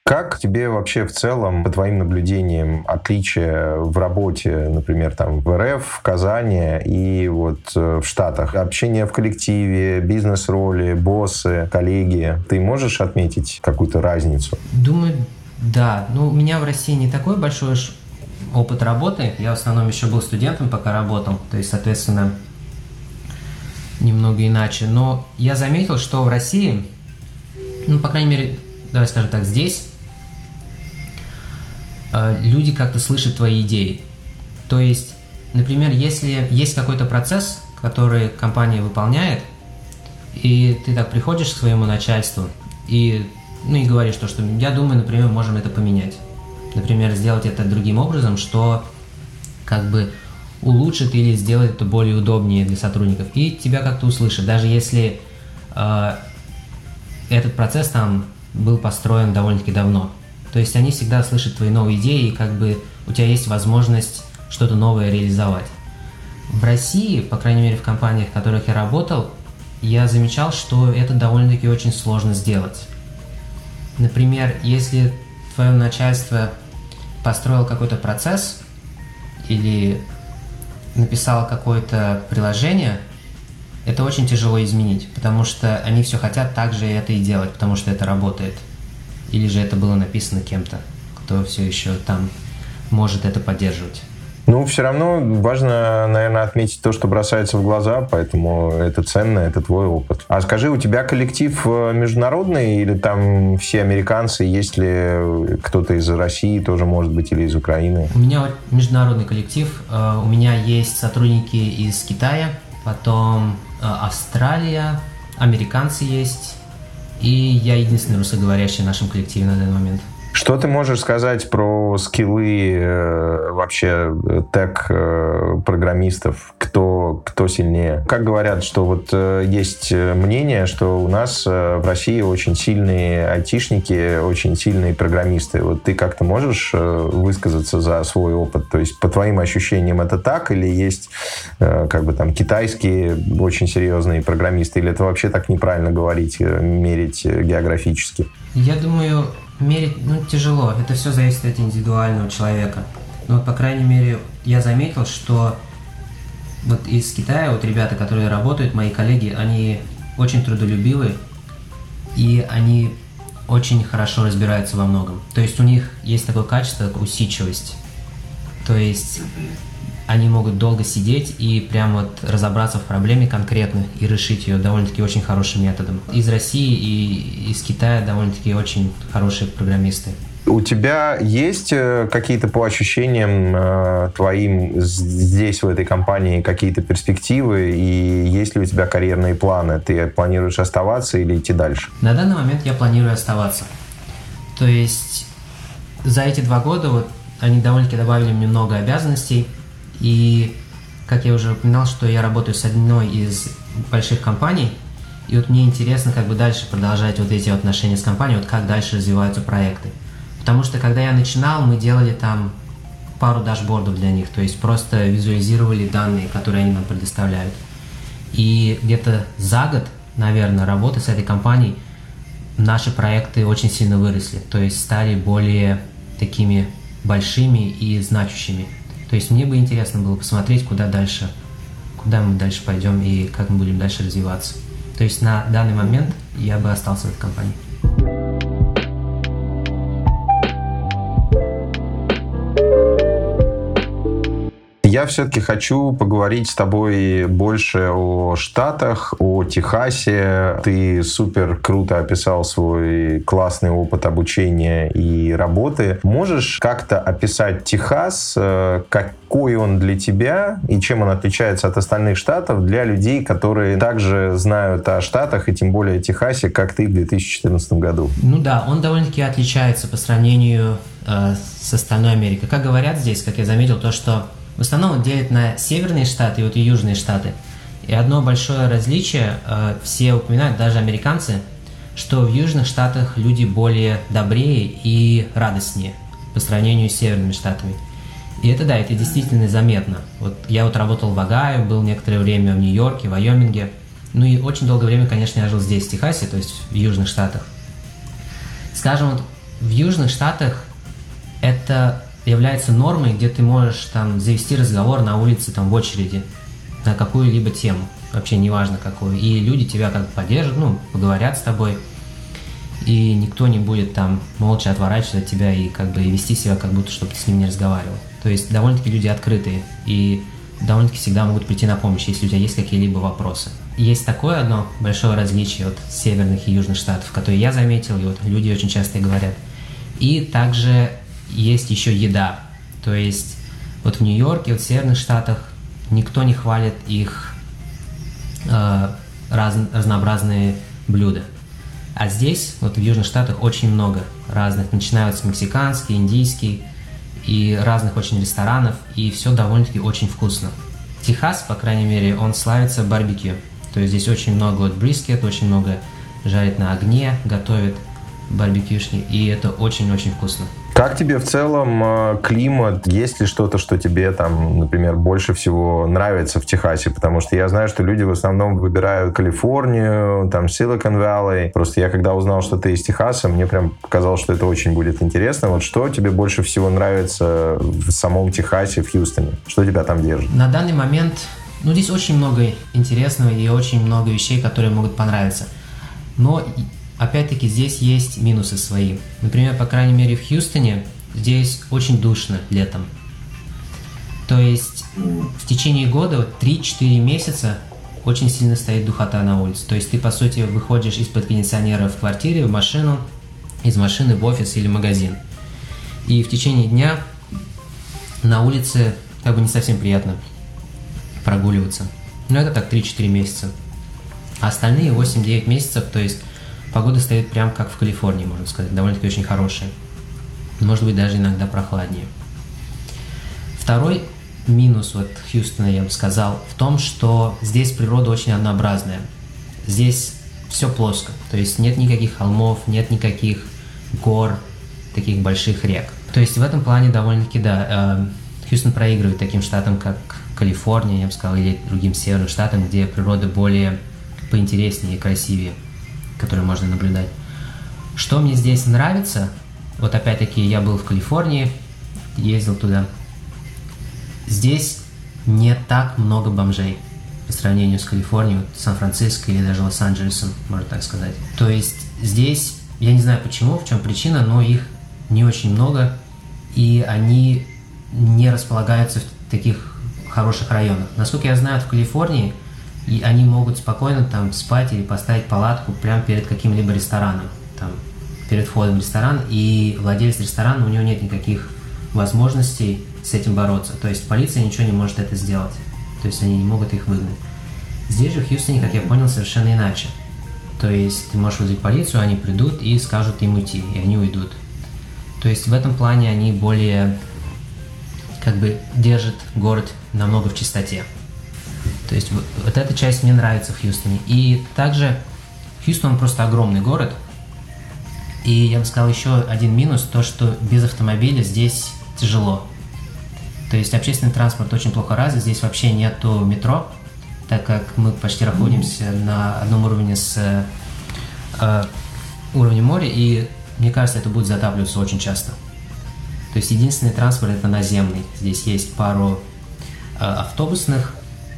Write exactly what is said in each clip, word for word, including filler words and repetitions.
Как тебе вообще в целом, по твоим наблюдениям, отличия в работе, например, там в эр эф, в Казани и вот в Штатах? Общение в коллективе, бизнес-роли, боссы, коллеги. Ты можешь отметить какую-то разницу? Думаю, да. Ну, у меня в России не такой большой опыт работы. Я в основном еще был студентом, пока работал. То есть, соответственно, немного иначе. Но я заметил, что в России, ну, по крайней мере, давай скажем так, здесь люди как-то слышат твои идеи. То есть, например, если есть какой-то процесс, который компания выполняет, и ты так приходишь к своему начальству и, ну, и говоришь, то, что я думаю, например, мы можем это поменять. Например, сделать это другим образом, что как бы улучшит или сделает это более удобнее для сотрудников. И тебя как-то услышат, даже если э, этот процесс там был построен довольно-таки давно. То есть они всегда слышат твои новые идеи, и как бы у тебя есть возможность что-то новое реализовать. В России, по крайней мере в компаниях, в которых я работал, я замечал, что это довольно-таки очень сложно сделать. Например, если твое начальство построило какой-то процесс или написало какое-то приложение, это очень тяжело изменить, потому что они все хотят так же это и делать, потому что это работает. Или же это было написано кем-то, кто все еще там может это поддерживать. Ну, все равно важно, наверное, отметить то, что бросается в глаза, поэтому это ценно, это твой опыт. А скажи, у тебя коллектив международный или там все американцы? Есть ли кто-то из России тоже, может быть, или из Украины? У меня международный коллектив. У меня есть сотрудники из Китая, потом Австралия, американцы есть, и я единственный русскоговорящий в нашем коллективе на данный момент. Что ты можешь сказать про скиллы э, вообще тег-программистов? Кто, кто сильнее? Как говорят, что вот э, есть мнение, что у нас э, в России очень сильные айтишники, очень сильные программисты. Вот ты как-то можешь э, высказаться за свой опыт? То есть по твоим ощущениям это так? Или есть э, как бы там китайские очень серьезные программисты? Или это вообще так неправильно говорить, мерить географически? Я думаю... Мерить, ну, тяжело. Это все зависит от индивидуального человека. Но вот, по крайней мере, я заметил, что вот из Китая, вот ребята, которые работают, мои коллеги, они очень трудолюбивы, и они очень хорошо разбираются во многом. То есть у них есть такое качество, как усидчивость. То есть они могут долго сидеть и прям вот разобраться в проблеме конкретно и решить ее довольно-таки очень хорошим методом. Из России и из Китая довольно-таки очень хорошие программисты. У тебя есть какие-то по ощущениям твоим здесь, в этой компании, какие-то перспективы? И есть ли у тебя карьерные планы? Ты планируешь оставаться или идти дальше? На данный момент я планирую оставаться. То есть за эти два года вот они довольно-таки добавили мне много обязанностей. И, как я уже упоминал, что я работаю с одной из больших компаний, и вот мне интересно как бы дальше продолжать вот эти отношения с компанией, вот как дальше развиваются проекты. Потому что, когда я начинал, мы делали там пару дашбордов для них, то есть просто визуализировали данные, которые они нам предоставляют. И где-то за год, наверное, работы с этой компанией наши проекты очень сильно выросли, то есть стали более такими большими и значущими. То есть мне бы интересно было посмотреть, куда дальше, куда мы дальше пойдем и как мы будем дальше развиваться. То есть на данный момент я бы остался в этой компании. Я все-таки хочу поговорить с тобой больше о Штатах, о Техасе. Ты супер круто описал свой классный опыт обучения и работы. Можешь как-то описать Техас, какой он для тебя и чем он отличается от остальных штатов для людей, которые также знают о Штатах и тем более о Техасе, как ты в две тысячи четырнадцатом году? Ну да, он довольно-таки отличается по сравнению э, с остальной Америкой. Как говорят здесь, как я заметил, то, что в основном он делит на северные штаты и вот и южные штаты. И одно большое различие, э, все упоминают, даже американцы, что в южных штатах люди более добрее и радостнее по сравнению с северными штатами. И это да, это действительно заметно. Вот я вот работал в Огайо, был некоторое время в Нью-Йорке, в Вайоминге. Ну и очень долгое время, конечно, я жил здесь, в Техасе, то есть в южных штатах. Скажем, вот в Южных Штатах это является нормой, где ты можешь там завести разговор на улице, там в очереди на какую-либо тему, вообще неважно какую, и люди тебя как бы поддержат, ну, поговорят с тобой, и никто не будет там молча отворачиваться от тебя и как бы вести себя, как будто чтобы ты с ним не разговаривал. То есть довольно-таки люди открытые и довольно-таки всегда могут прийти на помощь, если у тебя есть какие-либо вопросы. Есть такое одно большое различие от северных и южных штатов, которое я заметил, и вот люди очень часто и говорят. И также есть еще еда. То есть вот в Нью-Йорке, вот в северных штатах никто не хвалит их э, раз, разнообразные блюда. А здесь, вот в южных штатах, очень много разных, начиная с мексиканский, индийский и разных очень ресторанов, и все довольно-таки очень вкусно. Техас, по крайней мере, он славится барбекю. То есть здесь очень много вот брискет, очень много жарят на огне, готовят барбекюшни, и это очень-очень вкусно. Как тебе в целом климат? Есть ли что-то, что тебе там, например, больше всего нравится в Техасе? Потому что я знаю, что люди в основном выбирают Калифорнию, там Silicon Valley. Просто я когда узнал, что ты из Техаса, мне прям показалось, что это очень будет интересно. Вот что тебе больше всего нравится в самом Техасе, в Хьюстоне? Что тебя там держит? На данный момент, ну, здесь очень много интересного и очень много вещей, которые могут понравиться. Но опять-таки здесь есть минусы свои. Например, по крайней мере в Хьюстоне здесь очень душно летом. То есть в течение года три-четыре месяца очень сильно стоит духота на улице. То есть ты по сути выходишь из-под кондиционера в квартире, в машину, из машины в офис или магазин. И в течение дня на улице как бы не совсем приятно прогуливаться. Но это так три-четыре месяца. А остальные восемь-девять месяцев, то есть погода стоит прям как в Калифорнии, можно сказать, довольно-таки очень хорошая. Может быть, даже иногда прохладнее. Второй минус вот Хьюстона, я бы сказал, в том, что здесь природа очень однообразная. Здесь все плоско, то есть нет никаких холмов, нет никаких гор, таких больших рек. То есть в этом плане довольно-таки, да, Хьюстон проигрывает таким штатам, как Калифорния, я бы сказал, или другим северным штатам, где природа более поинтереснее и красивее, которые можно наблюдать. Что мне здесь нравится, вот опять-таки я был в Калифорнии, ездил туда. Здесь не так много бомжей по сравнению с Калифорнией, вот Сан-Франциско или даже Лос-Анджелесом, можно так сказать. То есть здесь, я не знаю почему, в чем причина, но их не очень много, и они не располагаются в таких хороших районах. Насколько я знаю, в Калифорнии и они могут спокойно там спать или поставить палатку прямо перед каким-либо рестораном, там, перед входом в ресторан, и владелец ресторана, у него нет никаких возможностей с этим бороться. То есть полиция ничего не может это сделать. То есть они не могут их выгнать. Здесь же в Хьюстоне, как я понял, совершенно иначе. То есть ты можешь вызвать полицию, они придут и скажут им уйти, и они уйдут. То есть в этом плане они более, как бы, держат город намного в чистоте. То есть вот, вот эта часть мне нравится в Хьюстоне. И также Хьюстон просто огромный город. И я бы сказал еще один минус, то что без автомобиля здесь тяжело. То есть общественный транспорт очень плохо развит, здесь вообще нету метро, так как мы почти находимся на одном уровне с э, уровнем моря, и мне кажется, это будет затапливаться очень часто. То есть единственный транспорт это наземный. Здесь есть пару э, автобусных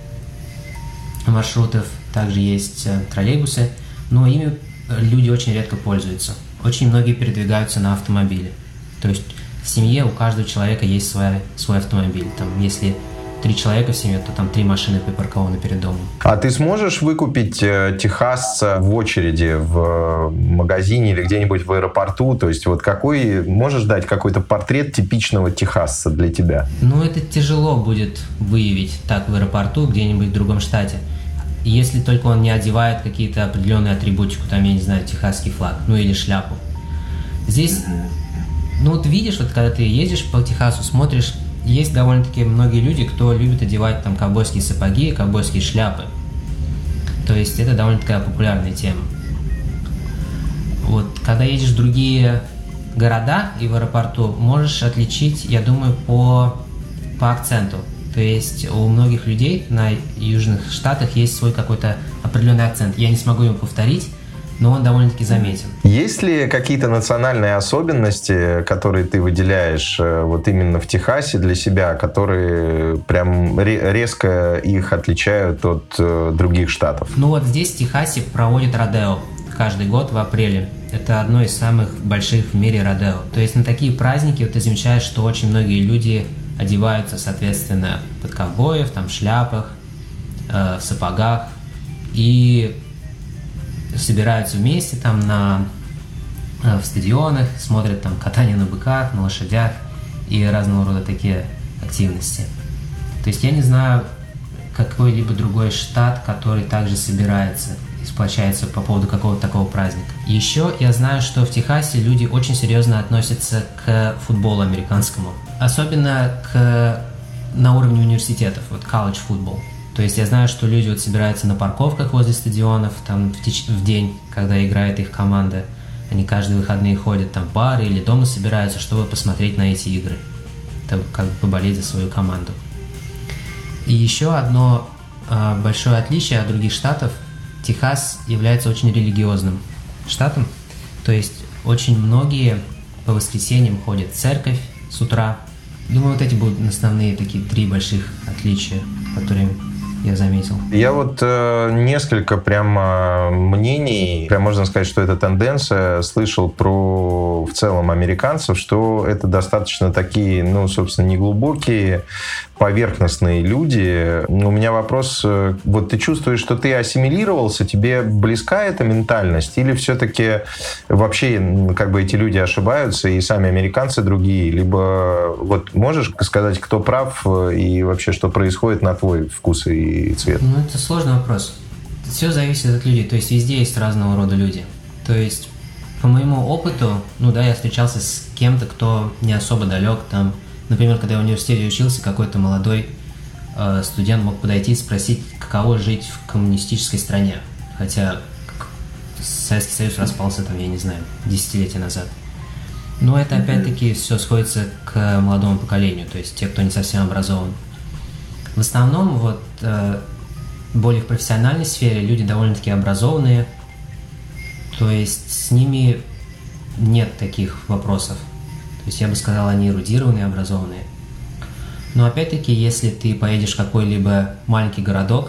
маршрутов, также есть э, троллейбусы, но ими люди очень редко пользуются. Очень многие передвигаются на автомобиле. То есть в семье у каждого человека есть свой, свой автомобиль. Там, если три человека в семье, то там три машины припаркованы перед домом. А ты сможешь выкупить э, техасца в очереди в магазине или где-нибудь в аэропорту? То есть вот какой, можешь дать какой-то портрет типичного техасца для тебя? Ну, это тяжело будет выявить так в аэропорту, где-нибудь в другом штате. Если только он не одевает какие-то определенные атрибутику, там, я не знаю, техасский флаг, ну или шляпу. Здесь, ну вот видишь, вот когда ты едешь по Техасу, смотришь, есть довольно-таки многие люди, кто любит одевать там ковбойские сапоги, ковбойские шляпы. То есть это довольно-таки популярная тема. Вот, когда едешь в другие города и в аэропорту, можешь отличить, я думаю, по, по акценту. То есть у многих людей на южных штатах есть свой какой-то определенный акцент. Я не смогу его повторить, но он довольно-таки заметен. Есть ли какие-то национальные особенности, которые ты выделяешь вот именно в Техасе для себя, которые прям резко их отличают от других штатов? Ну вот здесь, в Техасе, проводят родео каждый год в апреле. Это одно из самых больших в мире родео. То есть на такие праздники вот ты замечаешь, что очень многие люди одеваются, соответственно, под ковбоев, там, в шляпах, э, в сапогах, и собираются вместе там на, э, в стадионах, смотрят там катание на быках, на лошадях и разного рода такие активности. То есть я не знаю какой-либо другой штат, который также собирается и сплочается по поводу какого-то такого праздника. Еще я знаю, что в Техасе люди очень серьезно относятся к футболу американскому. Особенно к, на уровне университетов, вот college football. То есть я знаю, что люди вот собираются на парковках возле стадионов там в, теч- в день, когда играет их команда. Они каждые выходные ходят там в бары или дома собираются, чтобы посмотреть на эти игры. Это как бы поболеть за свою команду. И еще одно э, большое отличие от других штатов. Техас является очень религиозным штатом. То есть очень многие по воскресеньям ходят в церковь с утра. Думаю, вот эти будут основные такие три больших отличия, которые я заметил. Я вот э, несколько прямо мнений, прям можно сказать, что это тенденция, слышал про в целом американцев, что это достаточно такие, ну, собственно, неглубокие, поверхностные люди. У меня вопрос, вот ты чувствуешь, что ты ассимилировался, тебе близка эта ментальность, или все-таки вообще как бы эти люди ошибаются, и сами американцы другие, либо вот можешь сказать, кто прав и вообще что происходит на твой вкус и цвет? Ну, это сложный вопрос. Все зависит от людей, то есть везде есть разного рода люди. То есть по моему опыту, ну да, я встречался с кем-то, кто не особо далек, там, например, когда я в университете учился, какой-то молодой э, студент мог подойти и спросить, каково жить в коммунистической стране, хотя Советский Союз распался там, я не знаю, десятилетия назад. Но это опять-таки все сходится к молодому поколению, то есть те, кто не совсем образован. В основном вот э, более в профессиональной сфере люди довольно-таки образованные, то есть с ними нет таких вопросов. То есть я бы сказал, они эрудированные, образованные. Но опять-таки, если ты поедешь в какой-либо маленький городок,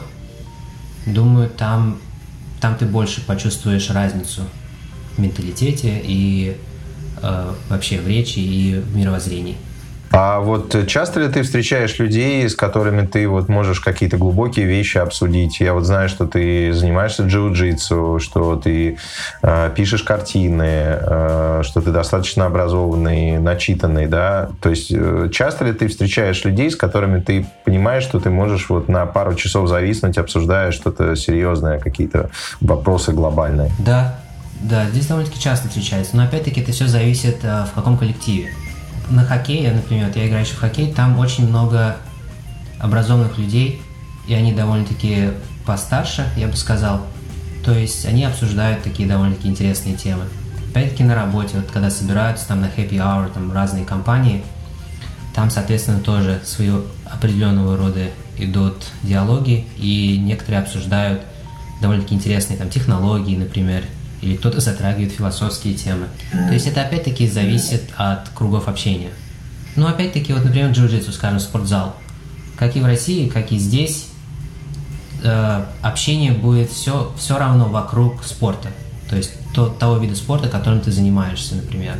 думаю, там, там ты больше почувствуешь разницу в менталитете и э, вообще в речи и в мировоззрении. А вот часто ли ты встречаешь людей, с которыми ты вот можешь какие-то глубокие вещи обсудить? Я вот знаю, что ты занимаешься джиу-джитсу, что ты э, пишешь картины, э, что ты достаточно образованный, начитанный, да? То есть э, часто ли ты встречаешь людей, с которыми ты понимаешь, что ты можешь вот на пару часов зависнуть, обсуждая что-то серьезное, какие-то вопросы глобальные? Да, да, здесь довольно-таки часто встречается, но опять-таки это все зависит, э, в каком коллективе. На хоккее, например, я играю еще в хоккей, там очень много образованных людей, и они довольно-таки постарше, я бы сказал. То есть они обсуждают такие довольно-таки интересные темы. Опять-таки на работе, вот когда собираются там на happy hour, там разные компании, там, соответственно, тоже свои определенного рода идут диалоги, и некоторые обсуждают довольно-таки интересные там технологии, например, или кто-то затрагивает философские темы. То есть это опять-таки зависит от кругов общения. Ну, опять-таки, вот, например, джиу-джитсу, скажем, спортзал. Как и в России, как и здесь, э, общение будет все, все равно вокруг спорта. То есть то, того вида спорта, которым ты занимаешься, например.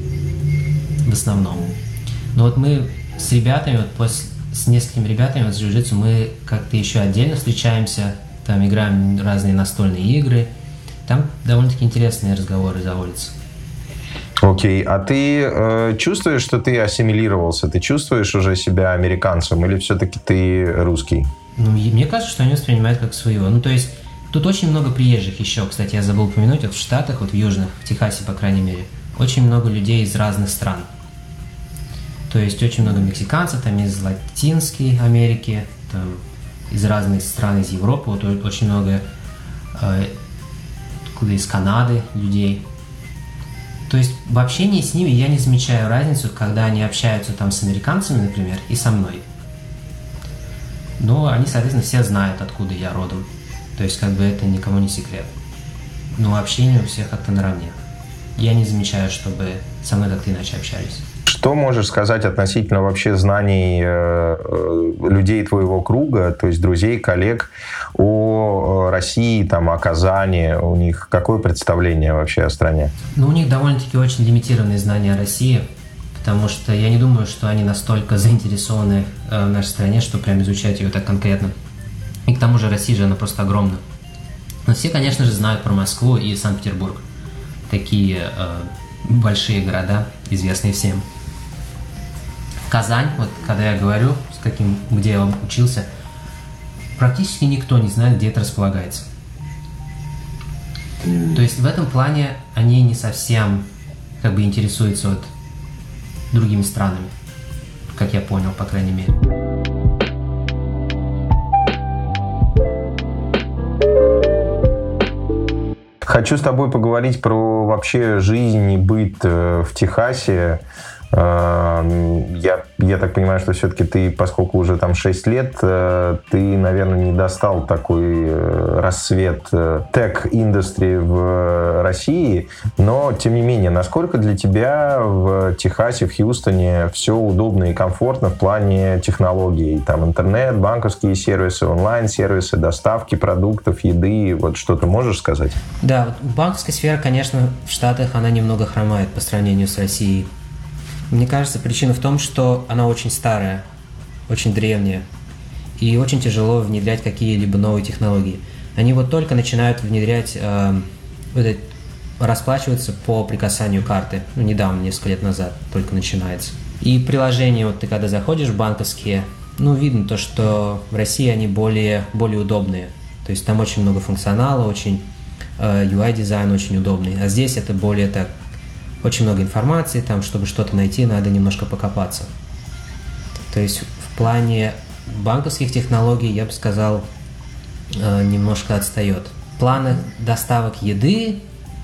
В основном. Но вот мы с ребятами, вот после, с несколькими ребятами вот с джиу-джитсу мы как-то еще отдельно встречаемся, там играем разные настольные игры. Там довольно-таки интересные разговоры заводятся. Окей, а ты э, чувствуешь, что ты ассимилировался? Ты чувствуешь уже себя американцем или все-таки ты русский? Ну, мне кажется, что они воспринимают как своего. Ну, то есть, тут очень много приезжих еще, кстати, я забыл упомянуть, вот в Штатах, вот в Южных, в Техасе, по крайней мере, очень много людей из разных стран. То есть, очень много мексиканцев, там из Латинской Америки, там, из разных стран, из Европы, вот очень много... Э, из Канады людей. То есть в общении с ними я не замечаю разницу, когда они общаются там с американцами, например, и со мной. Но они, соответственно, все знают, откуда я родом. То есть как бы это никому не секрет. но общение у всех как-то наравне. Я не замечаю, чтобы со мной как-то иначе общались. Что можешь сказать относительно вообще знаний э, людей твоего круга, то есть друзей, коллег, о России, там, о Казани? У них какое представление вообще о стране? Ну, у них довольно-таки очень лимитированные знания о России, потому что я не думаю, что они настолько заинтересованы в нашей стране, что прям изучать ее так конкретно. И к тому же Россия же, она просто огромна. Но все, конечно же, знают про Москву и Санкт-Петербург. Такие э, большие города, известные всем. Казань, вот когда я говорю, с каким, где я учился, практически никто не знает, где это располагается. То есть в этом плане они не совсем как бы интересуются вот другими странами, как я понял, по крайней мере. Хочу с тобой поговорить про вообще жизнь и быт в Техасе. Я, я так понимаю, что все-таки ты, поскольку уже там шесть лет, ты, наверное, не достал такой рассвет тех-индустрии в России, но, тем не менее, насколько для тебя в Техасе, в Хьюстоне все удобно и комфортно в плане технологий? Там интернет, банковские сервисы, онлайн-сервисы, доставки продуктов, еды, вот что ты можешь сказать? Да, банковская сфера, конечно, в Штатах, она немного хромает по сравнению с Россией. Мне кажется, причина в том, что она очень старая, очень древняя, и очень тяжело внедрять какие-либо новые технологии. Они вот только начинают внедрять, э, вот, расплачиваться по прикасанию карты. Ну, недавно, несколько лет назад, только начинается. И приложения, вот ты когда заходишь в банковские, ну, видно то, что в России они более, более удобные. То есть там очень много функционала, очень э, ю ай-дизайн очень удобный. А здесь это более так, очень много информации, там, чтобы что-то найти, надо немножко покопаться. То есть в плане банковских технологий, я бы сказал, немножко отстает. Планы доставок еды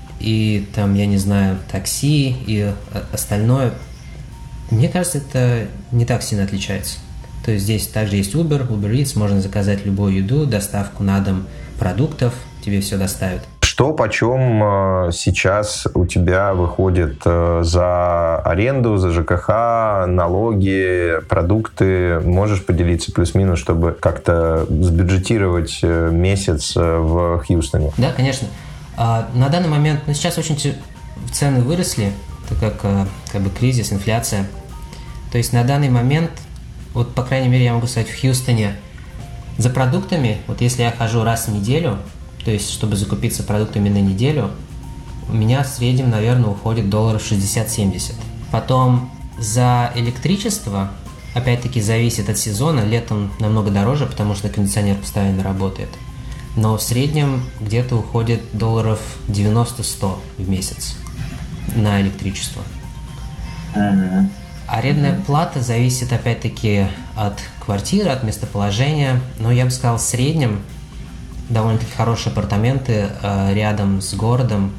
и там, я не знаю, такси и остальное, мне кажется, это не так сильно отличается. То есть здесь также есть Uber, Uber Eats, можно заказать любую еду, доставку на дом продуктов, тебе все доставят. Что почем сейчас у тебя выходит за аренду, за ЖКХ, налоги, продукты? Можешь поделиться плюс-минус, чтобы как-то сбюджетировать месяц в Хьюстоне? Да, конечно. На данный момент, ну, сейчас очень цены выросли, так как, как бы кризис, инфляция. То есть на данный момент, вот по крайней мере я могу сказать, в Хьюстоне за продуктами, вот если я хожу раз в неделю, то есть, чтобы закупиться продуктами на неделю, у меня в среднем, наверное, уходит долларов шестьдесят-семьдесят. Потом за электричество, опять-таки, зависит от сезона. Летом намного дороже, потому что кондиционер постоянно работает. Но в среднем где-то уходит долларов девяносто-сто в месяц на электричество. Mm-hmm. Арендная mm-hmm. плата зависит, опять-таки, от квартиры, от местоположения. Но я бы сказал, в среднем довольно-таки хорошие апартаменты э, рядом с городом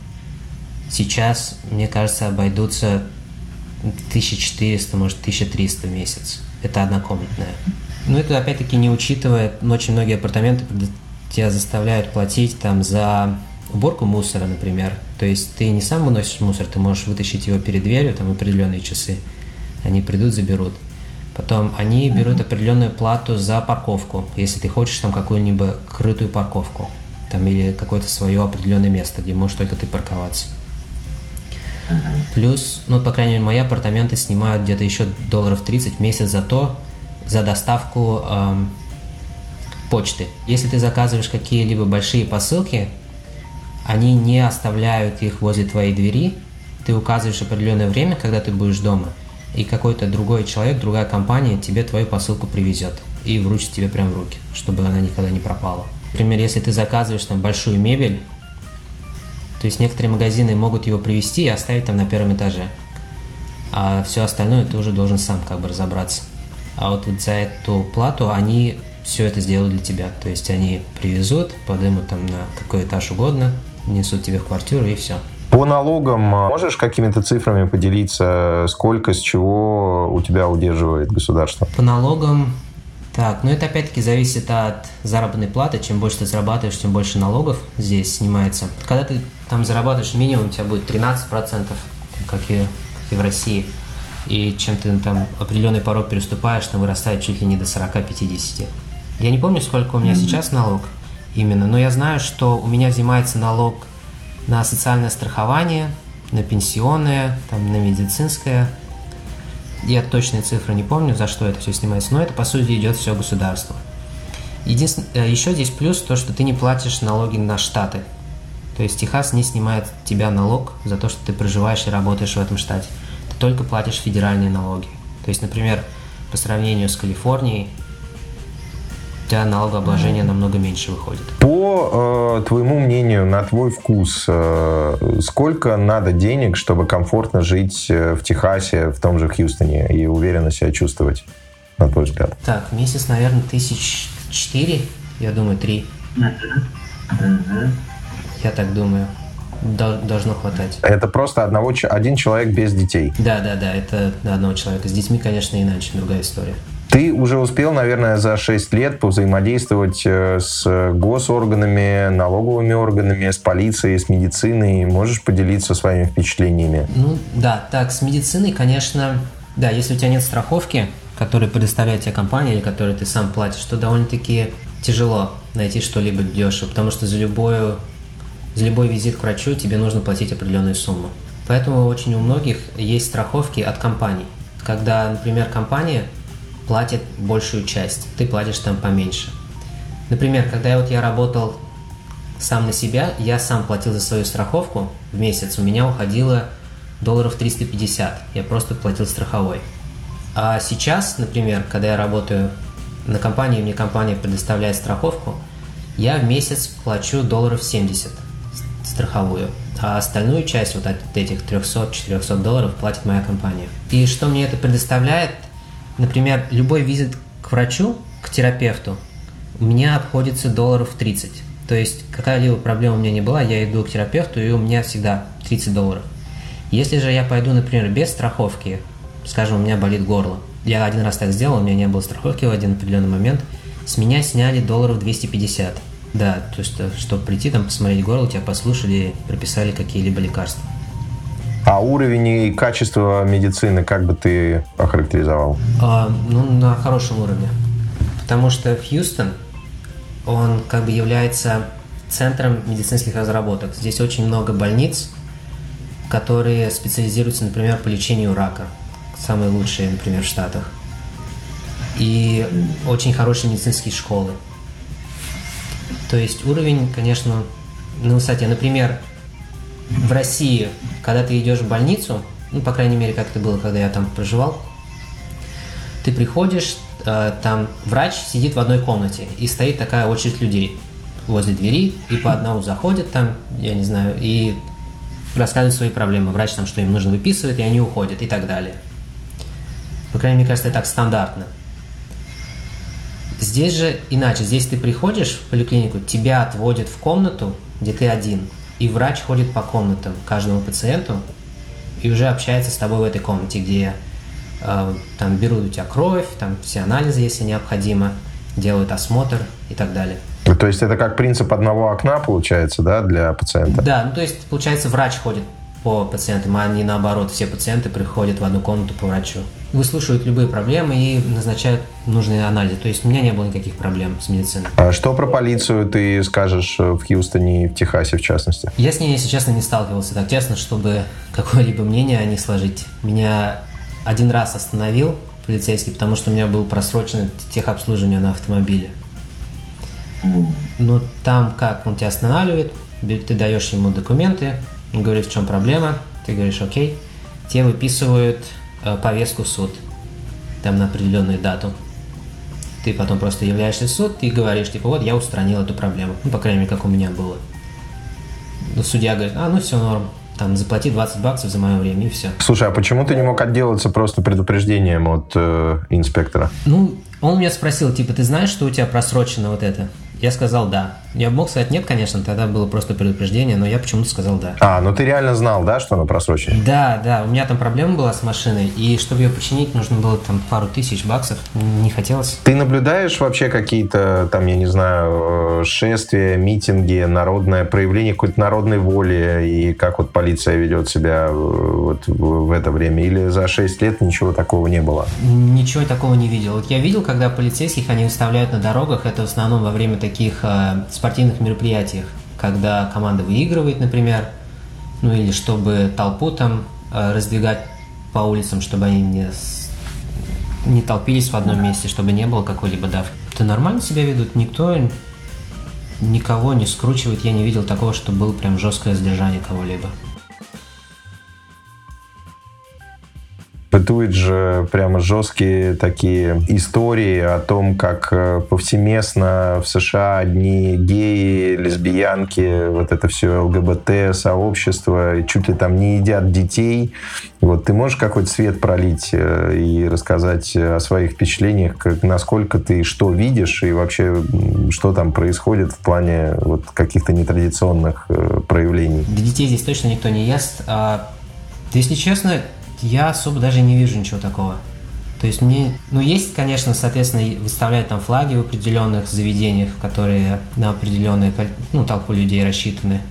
сейчас, мне кажется, обойдутся тысяча четыреста, может, тысяча триста в месяц. Это однокомнатная. Ну, это, опять-таки, не учитывая, ну, очень многие апартаменты, когда тебя заставляют платить там за уборку мусора, например. То есть ты не сам выносишь мусор, ты можешь вытащить его перед дверью, там определенные часы. Они придут, заберут. Потом они берут определенную плату за парковку, если ты хочешь там какую-нибудь крытую парковку, там или какое-то свое определенное место, где можешь только ты парковаться. Uh-huh. Плюс, ну, по крайней мере, мои апартаменты снимают где-то еще долларов тридцать в месяц за то, за доставку эм, почты. Если ты заказываешь какие-либо большие посылки, они не оставляют их возле твоей двери, ты указываешь определенное время, когда ты будешь дома, и какой-то другой человек, другая компания тебе твою посылку привезет и вручит тебе прямо в руки, чтобы она никогда не пропала. Например, если ты заказываешь там большую мебель, то есть некоторые магазины могут его привезти и оставить там на первом этаже, а все остальное ты уже должен сам как бы разобраться. А вот за эту плату они все это сделают для тебя, то есть они привезут, поднимут там на какой этаж угодно, несут тебе в квартиру и все. По налогам можешь какими-то цифрами поделиться, сколько, с чего у тебя удерживает государство? По налогам, так, ну это опять-таки зависит от заработной платы. Чем больше ты зарабатываешь, тем больше налогов здесь снимается. Когда ты там зарабатываешь минимум, у тебя будет тринадцать процентов, как и, как и в России. И чем ты там определенный порог переступаешь, там вырастает чуть ли не до сорок-пятьдесят. Я не помню, сколько у меня mm-hmm. сейчас налог именно, но я знаю, что у меня взимается налог на социальное страхование, на пенсионное, там, на медицинское. Я точные цифры не помню, за что это все снимается, но это, по сути, идет все государству. Единственное, еще здесь плюс то, что ты не платишь налоги на штаты. То есть Техас не снимает с тебя налог за то, что ты проживаешь и работаешь в этом штате. Ты только платишь федеральные налоги. То есть, например, по сравнению с Калифорнией, у тебя налогообложение намного меньше выходит. По э, твоему мнению, на твой вкус, э, сколько надо денег, чтобы комфортно жить в Техасе, в том же Хьюстоне, и уверенно себя чувствовать, на твой взгляд? Так, в месяц, наверное, тысяч четыре, я думаю, три. Я так думаю. Должно хватать. Это просто одного, один человек без детей? Да, да, да, это одного человека. С детьми, конечно, иначе, другая история. Ты уже успел, наверное, за шесть лет повзаимодействовать с госорганами, налоговыми органами, с полицией, с медициной. Можешь поделиться своими впечатлениями? Ну, да, так, с медициной, конечно, да, если у тебя нет страховки, которую предоставляет тебе компания или которую ты сам платишь, то довольно-таки тяжело найти что-либо дешево, потому что за любую За любой визит к врачу тебе нужно платить определенную сумму. Поэтому очень у многих есть страховки от компаний. Когда, например, компания платит большую часть, ты платишь там поменьше. Например, когда я, вот я работал сам на себя, я сам платил за свою страховку в месяц, у меня уходило долларов триста пятьдесят, я просто платил страховой. А сейчас, например, когда я работаю на компании, мне компания предоставляет страховку, я в месяц плачу долларов семьдесят страховую, а остальную часть вот от этих триста-четыреста долларов платит моя компания. И что мне это предоставляет? Например, любой визит к врачу, к терапевту, у меня обходится долларов тридцать. То есть какая-либо проблема у меня не была, я иду к терапевту, и у меня всегда тридцать долларов. Если же я пойду, например, без страховки, скажем, у меня болит горло, я один раз так сделал, у меня не было страховки в один определенный момент, с меня сняли долларов двести пятьдесят. Да, то есть, чтобы прийти там, посмотреть горло, тебя послушали, прописали какие-либо лекарства. А уровень и качество медицины как бы ты охарактеризовал? А, ну, на хорошем уровне. Потому что Хьюстон, он как бы является центром медицинских разработок. Здесь очень много больниц, которые специализируются, например, по лечению рака. Самые лучшие, например, в Штатах. И очень хорошие медицинские школы. То есть уровень, конечно, на высоте. Например, в России, когда ты идешь в больницу, ну, по крайней мере, как это было, когда я там проживал, ты приходишь, э, там врач сидит в одной комнате, и стоит такая очередь людей возле двери, и по одному заходят там, я не знаю, и рассказывают свои проблемы. Врач там, что им нужно, выписывает, и они уходят, и так далее. По крайней мере, мне кажется, это так стандартно. Здесь же иначе. Здесь ты приходишь в поликлинику, тебя отводят в комнату, где ты один, и врач ходит по комнатам каждому пациенту и уже общается с тобой в этой комнате, где э, там берут у тебя кровь, там все анализы, если необходимо, делают осмотр и так далее. То есть это как принцип одного окна получается, да, для пациента? Да, ну то есть получается врач ходит по пациентам, а не наоборот, все пациенты приходят в одну комнату по врачу. Выслушивают любые проблемы и назначают нужные анализы. То есть у меня не было никаких проблем с медициной. А что про полицию ты скажешь в Хьюстоне и в Техасе в частности? Я с ней, если честно, не сталкивался так тесно, чтобы какое-либо мнение о ней сложить. Меня один раз остановил полицейский, потому что у меня был просрочено техобслуживание на автомобиле. Ну там как, он тебя останавливает, ты даешь ему документы, он говорит, в чем проблема, ты говоришь окей, тебе выписывают э, повестку в суд, там на определенную дату. Ты потом просто являешься в суд и говоришь, типа, вот я устранил эту проблему, ну, по крайней мере, как у меня было. Ну, судья говорит, а, ну все норм, там, заплати двадцать баксов за мое время и все. Слушай, а почему ты не мог отделаться просто предупреждением от э, инспектора? Ну, он меня спросил, типа, ты знаешь, что у тебя просрочено вот это? Я сказал, да. Я бы мог сказать нет, конечно, тогда было просто предупреждение, но я почему-то сказал да. А, ну ты реально знал, да, что она просрочена? Да, да, у меня там проблема была с машиной, и чтобы ее починить, нужно было там пару тысяч баксов, не хотелось. Ты наблюдаешь вообще какие-то, там, я не знаю, шествия, митинги, народное проявление какой-то народной воли, и как вот полиция ведет себя вот в это время? Или за шесть лет ничего такого не было? Ничего такого не видел. Вот я видел, когда полицейских они выставляют на дорогах, это в основном во время таких э, спортивных мероприятий, когда команда выигрывает, например, ну или чтобы толпу там э, раздвигать по улицам, чтобы они не, не толпились в одном месте, чтобы не было какой-либо давки. Это нормально себя ведут, никто никого не скручивает, я не видел такого, что было прям жесткое задержание кого-либо. Бытуют же прямо жесткие такие истории о том, как повсеместно в США одни геи, лесбиянки, вот это все ЛГБТ-сообщество, чуть ли там не едят детей. Вот ты можешь какой-то свет пролить и рассказать о своих впечатлениях, как, насколько ты что видишь и вообще что там происходит в плане вот каких-то нетрадиционных проявлений? Для детей здесь точно никто не ест. А, если честно, я особо даже не вижу ничего такого. То есть мне... Ну, есть, конечно, соответственно, выставляют там флаги в определенных заведениях, которые на определенную, ну, толпу людей рассчитаны.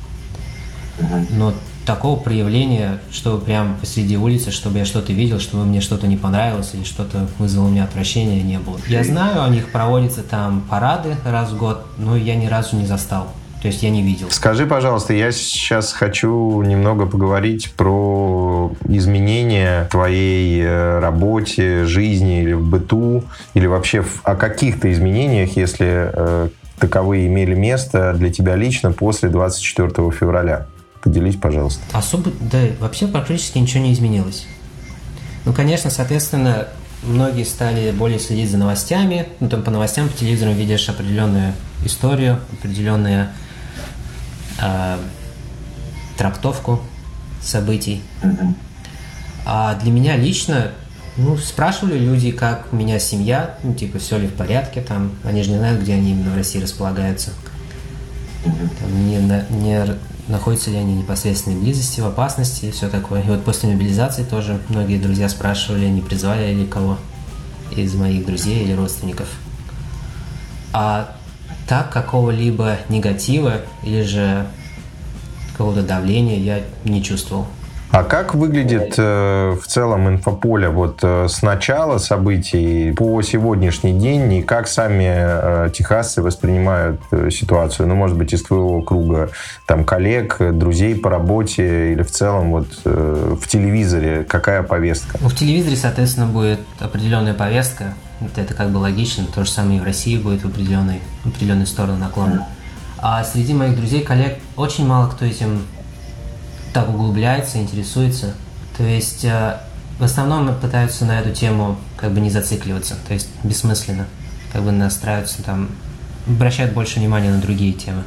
Но такого проявления, чтобы прямо посреди улицы, чтобы я что-то видел, чтобы мне что-то не понравилось или что-то вызвало у меня отвращение, не было. Я знаю, у них проводятся там парады раз в год, но я ни разу не застал. То есть я не видел. Скажи, пожалуйста, я сейчас хочу немного поговорить про изменения в твоей работе, жизни или в быту, или вообще о каких-то изменениях, если э, таковые имели место для тебя лично после двадцать четвёртого февраля. Поделись, пожалуйста. Особо, да, вообще практически ничего не изменилось. Ну, конечно, соответственно, многие стали более следить за новостями. Ну, там по новостям, по телевизору видишь определенную историю, определенные э, трактовку событий. Mm-hmm. А для меня лично, ну, спрашивали люди, как у меня семья, ну, типа, все ли в порядке там. Они же не знают, где они именно в России располагаются. Mm-hmm. Там, не, не находятся ли они в непосредственной близости, в опасности и все такое. И вот после мобилизации тоже многие друзья спрашивали, не призвали ли кого из моих друзей или родственников. А так какого-либо негатива или же какого-то давления я не чувствовал. А как выглядит э, в целом инфополе вот э, с начала событий по сегодняшний день, и как сами э, техасцы воспринимают э, ситуацию? Ну, может быть, из твоего круга там коллег, друзей по работе или в целом вот э, в телевизоре какая повестка? Ну, в телевизоре, соответственно, будет определенная повестка. Это, это как бы логично. То же самое и в России будет в определенной, в определенной сторону наклона. А среди моих друзей, коллег, очень мало кто этим так углубляется, интересуется. То есть э, в основном пытаются на эту тему как бы не зацикливаться, то есть бессмысленно, как бы настраиваются там, обращают больше внимания на другие темы.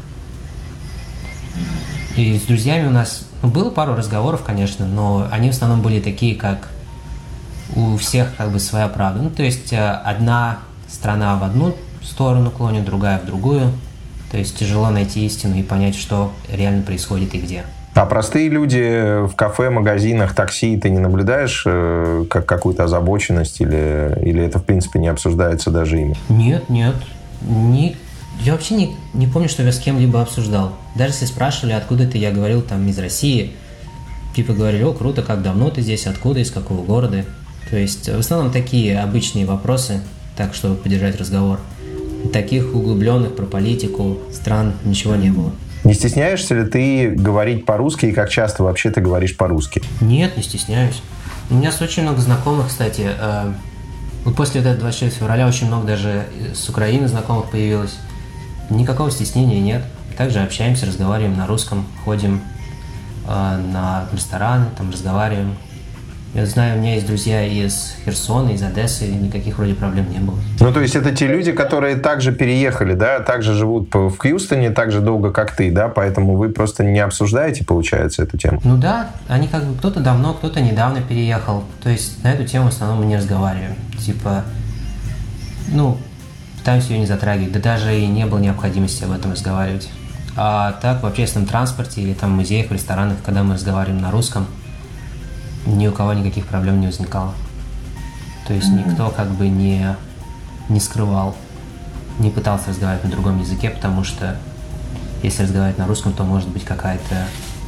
И с друзьями у нас ну, было пару разговоров, конечно, но они в основном были такие, как у всех как бы своя правда. Ну, то есть э, одна страна в одну сторону клонит, другая в другую. То есть тяжело найти истину и понять, что реально происходит и где. А простые люди в кафе, магазинах, такси, ты не наблюдаешь э, как какую-то озабоченность или, или это, в принципе, не обсуждается даже ими? Нет, нет. Не, я вообще не, не помню, что я с кем-либо обсуждал. Даже если спрашивали, откуда ты, я говорил, там, из России. Типа говорили, о, круто, как давно ты здесь, откуда, из какого города. То есть в основном такие обычные вопросы, так, чтобы поддержать разговор. Таких углубленных про политику стран ничего не было. Не стесняешься ли ты говорить по-русски и как часто вообще ты говоришь по-русски? Нет, не стесняюсь. У меня очень много знакомых, кстати. Э, вот после вот этого двадцать четвёртого февраля очень много даже с Украины знакомых появилось. Никакого стеснения нет. Также общаемся, разговариваем на русском, ходим э, на рестораны, там разговариваем. Я знаю, у меня есть друзья из Херсона, из Одессы, и никаких вроде проблем не было. Ну, то есть это те люди, которые также переехали, да, также живут в Хьюстоне так же долго, как ты, да, поэтому вы просто не обсуждаете, получается, эту тему? Ну да, они как бы кто-то давно, кто-то недавно переехал. То есть на эту тему в основном мы не разговариваем. Типа, ну, там все не затрагивать, да даже и не было необходимости об этом разговаривать. А так в общественном транспорте или там в музеях, в ресторанах, когда мы разговариваем на русском, ни у кого никаких проблем не возникало. То есть никто как бы не, не скрывал, не пытался разговаривать на другом языке, потому что если разговаривать на русском, то может быть какая-то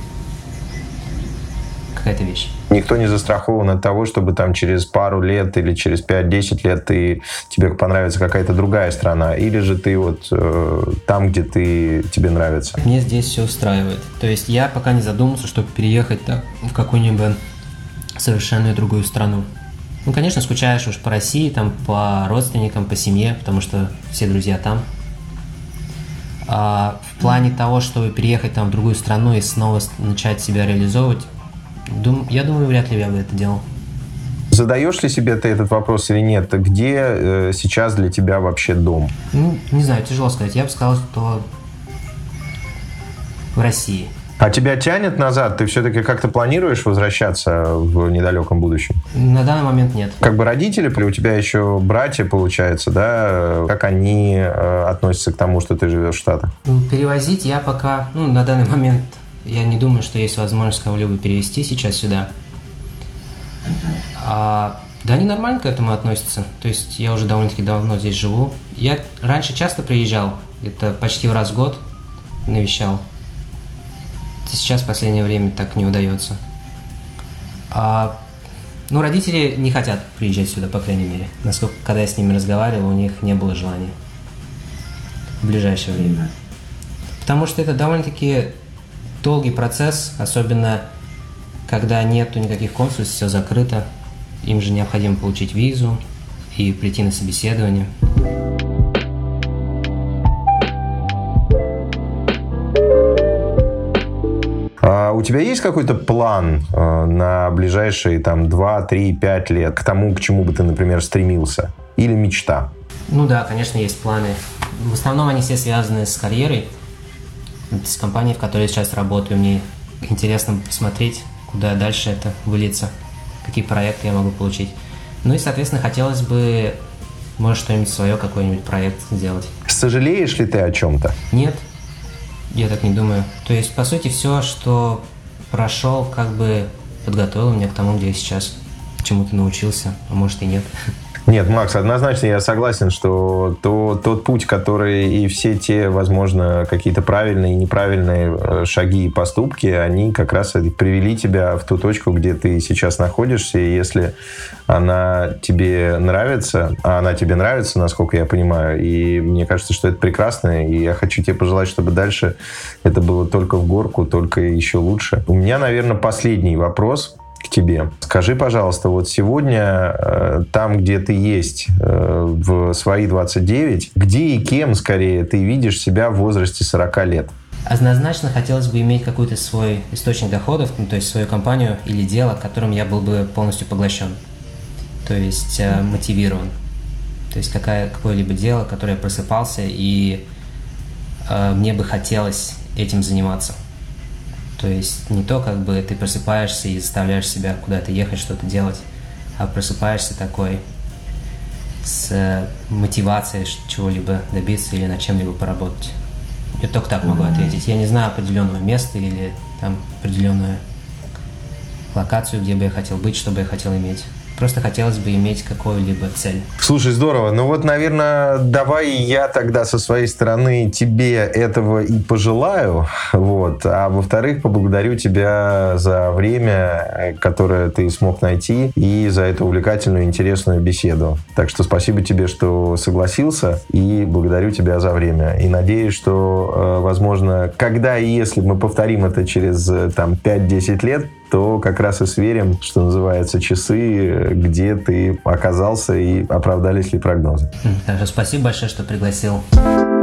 какая-то вещь. Никто не застрахован от того, чтобы там через пару лет или через пять-десять лет ты, тебе понравится какая-то другая страна, или же ты вот э, там, где ты, тебе нравится. Мне здесь все устраивает. То есть я пока не задумался, чтобы переехать так, в какую-нибудь совершенно другую страну. Ну, конечно, скучаешь уж по России, там, по родственникам, по семье, потому что все друзья там. А в плане того, чтобы переехать там в другую страну и снова начать себя реализовывать, дум, я думаю, вряд ли я бы это делал. Задаешь ли себе ты этот вопрос или нет? Где э, сейчас для тебя вообще дом? Ну, не знаю, тяжело сказать. Я бы сказал, что в России. А тебя тянет назад? Ты все-таки как-то планируешь возвращаться в недалеком будущем? На данный момент нет. Как бы родители, у тебя еще братья, получается, да? Как они э, относятся к тому, что ты живешь в Штатах? Ну, перевозить я пока, ну, на данный момент, я не думаю, что есть возможность кого-либо перевезти сейчас сюда. А, да, они нормально к этому относятся. То есть я уже довольно-таки давно здесь живу. Я раньше часто приезжал, это почти в раз в год навещал. Сейчас в последнее время так не удается. А, ну, родители не хотят приезжать сюда, по крайней мере. Насколько, когда я с ними разговаривал, у них не было желания в ближайшее время. Потому что это довольно-таки долгий процесс, особенно когда нету никаких консульств, все закрыто. Им же необходимо получить визу и прийти на собеседование. А у тебя есть какой-то план э, на ближайшие там два, три, пять лет к тому, к чему бы ты, например, стремился? Или мечта? Ну да, конечно, есть планы. В основном они все связаны с карьерой. С компанией, в которой я сейчас работаю, мне интересно посмотреть, куда дальше это выльется, какие проекты я могу получить. Ну и, соответственно, хотелось бы, может, что-нибудь свое, какой-нибудь проект сделать. Сожалеешь ли ты о чем-то? Нет, я так не думаю. То есть, по сути, все, что прошел, как бы подготовил меня к тому, где я сейчас, чему-то научился, а может и нет. Нет, Макс, однозначно я согласен, что то, тот путь, который и все те, возможно, какие-то правильные и неправильные шаги и поступки, они как раз привели тебя в ту точку, где ты сейчас находишься. И если она тебе нравится, а она тебе нравится, насколько я понимаю, и мне кажется, что это прекрасно, и я хочу тебе пожелать, чтобы дальше это было только в горку, только еще лучше. У меня, наверное, последний вопрос к тебе. Скажи, пожалуйста, вот сегодня э, там, где ты есть э, в свои двадцать девять, где и кем, скорее, ты видишь себя в возрасте сорок лет? Однозначно хотелось бы иметь какой-то свой источник доходов, ну, то есть свою компанию или дело, которым я был бы полностью поглощен, то есть э, мотивирован. То есть какая, какое-либо дело, которое я просыпался, и э, мне бы хотелось этим заниматься. То есть не то, как бы ты просыпаешься и заставляешь себя куда-то ехать, что-то делать, а просыпаешься такой с мотивацией чего-либо добиться или над чем-либо поработать. Я только так могу ответить. Я не знаю определенного места или там определенную локацию, где бы я хотел быть, что бы я хотел иметь. Просто хотелось бы иметь какую-либо цель. Слушай, здорово. Ну вот, наверное, давай я тогда со своей стороны тебе этого и пожелаю. Вот. А во-вторых, поблагодарю тебя за время, которое ты смог найти, и за эту увлекательную, интересную беседу. Так что спасибо тебе, что согласился, и благодарю тебя за время. И надеюсь, что, возможно, когда и если мы повторим это через там, пять-десять лет, то как раз и сверим, что называется, часы, где ты оказался и оправдались ли прогнозы. Спасибо большое, что пригласил.